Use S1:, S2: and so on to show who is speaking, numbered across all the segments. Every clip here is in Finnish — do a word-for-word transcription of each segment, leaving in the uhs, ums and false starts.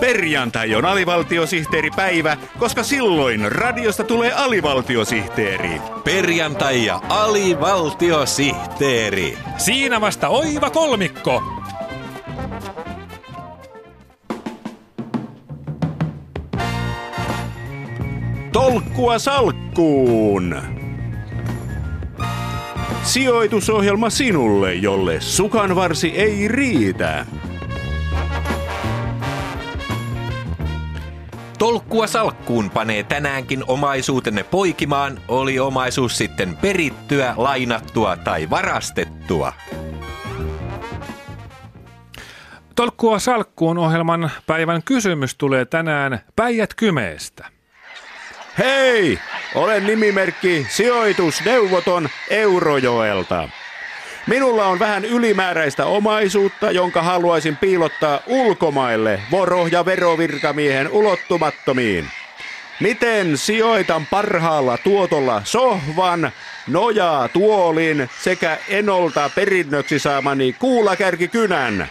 S1: Perjantai on alivaltiosihteeripäivä, koska silloin radiosta tulee alivaltiosihteeri.
S2: Perjantai ja alivaltiosihteeri.
S3: Siinä vasta oiva kolmikko.
S1: Tolkkua salkkuun! Sijoitusohjelma sinulle, jolle sukanvarsi ei riitä.
S2: Tolkkua salkkuun panee tänäänkin omaisuutenne poikimaan, oli omaisuus sitten perittyä, lainattua tai varastettua.
S3: Tolkkua salkkuun -ohjelman päivän kysymys tulee tänään Päijät-Kymeestä.
S1: Hei! Olen nimimerkki sijoitusneuvoton Eurojoelta. Minulla on vähän ylimääräistä omaisuutta, jonka haluaisin piilottaa ulkomaille voro- ja verovirkamiehen ulottumattomiin. Miten sijoitan parhaalla tuotolla sohvan, nojaa tuolin sekä enolta perinnöksi saamani kuulakärkikynän?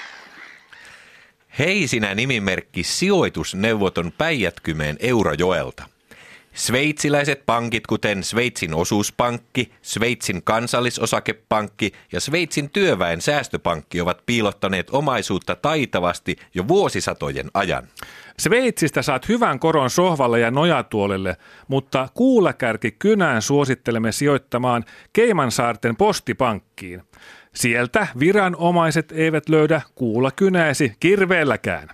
S2: Hei sinä nimimerkki sijoitusneuvoton Päijät-Kymeen Eurojoelta. Sveitsiläiset pankit, kuten Sveitsin osuuspankki, Sveitsin kansallisosakepankki ja Sveitsin työväen säästöpankki ovat piilottaneet omaisuutta taitavasti jo vuosisatojen ajan.
S3: Sveitsistä saat hyvän koron sohvalle ja nojatuolelle, mutta kuulakärkikynään suosittelemme sijoittamaan Caymansaarten postipankkiin. Sieltä viranomaiset eivät löydä kuulakynääsi kirveelläkään.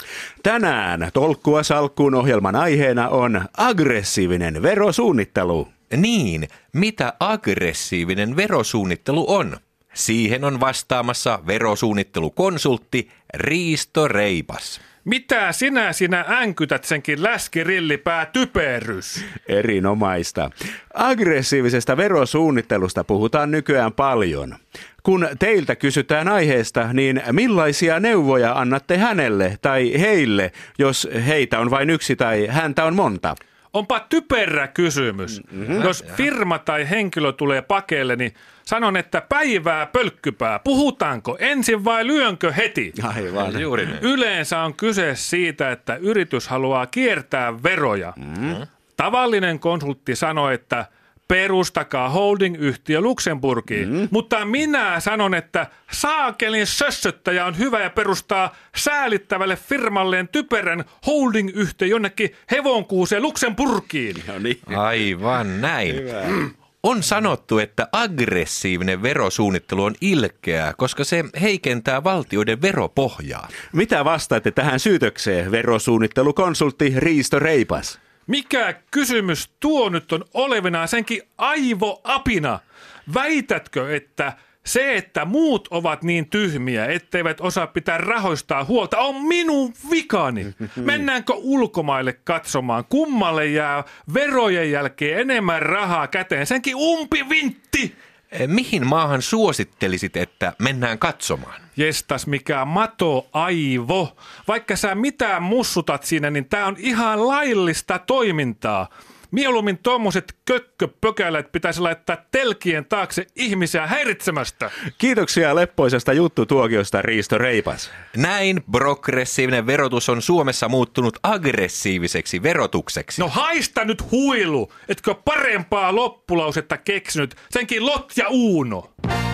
S1: Tänään Tolkkua salkkuun -ohjelman aiheena on aggressiivinen verosuunnittelu.
S2: Niin, mitä aggressiivinen verosuunnittelu on? Siihen on vastaamassa verosuunnittelukonsultti Riisto Reipas.
S3: Mitä sinä sinä änkytät senkin läskirillipää typerys?
S1: Erinomaista. Aggressiivisesta verosuunnittelusta puhutaan nykyään paljon. Kun teiltä kysytään aiheesta, niin millaisia neuvoja annatte hänelle tai heille, jos heitä on vain yksi tai häntä on monta?
S3: Onpa typerä kysymys. Mm-hmm. Jos firma tai henkilö tulee pakeille, niin sanon, että päivää pölkkypää. Puhutaanko ensin vai lyönkö heti?
S1: Aivan.
S2: Juuri niin.
S3: Yleensä on kyse siitä, että yritys haluaa kiertää veroja.
S2: Mm-hmm.
S3: Tavallinen konsultti sanoi, että perustakaa holding-yhtiö Luxemburgiin, mm. mutta minä sanon, että saakelin sössöttäjä on hyvä ja perustaa säälittävälle firmalleen typerän holding-yhtiö jonnekin hevonkuuseen Luxemburgiin.
S1: No niin.
S2: Aivan näin. Mm. On sanottu, että aggressiivinen verosuunnittelu on ilkeää, koska se heikentää valtioiden veropohjaa.
S1: Mitä vastaatte tähän syytökseen, verosuunnittelukonsultti Riisto Reipas?
S3: Mikä kysymys tuo nyt on olevinaan senkin aivoapina? Väitätkö, että se, että muut ovat niin tyhmiä, etteivät osaa pitää rahoistaa huolta, on minun vikani? Mennäänkö ulkomaille katsomaan, kummalle jää verojen jälkeen enemmän rahaa käteen? Senkin umpivintti!
S2: Mihin maahan suosittelisit, että mennään katsomaan?
S3: Jestas mikä mato aivo. Vaikka sä mitään mussutat siinä, niin tää on ihan laillista toimintaa. Mieluummin tommoset kökköpökälät pitäisi laittaa telkien taakse ihmisiä häiritsemästä.
S1: Kiitoksia leppoisesta juttutuokiosta, Riisto Reipas.
S2: Näin progressiivinen verotus on Suomessa muuttunut aggressiiviseksi verotukseksi.
S3: No haista nyt huilu, etkö parempaa loppulausetta keksinyt, senkin Lot ja Uuno.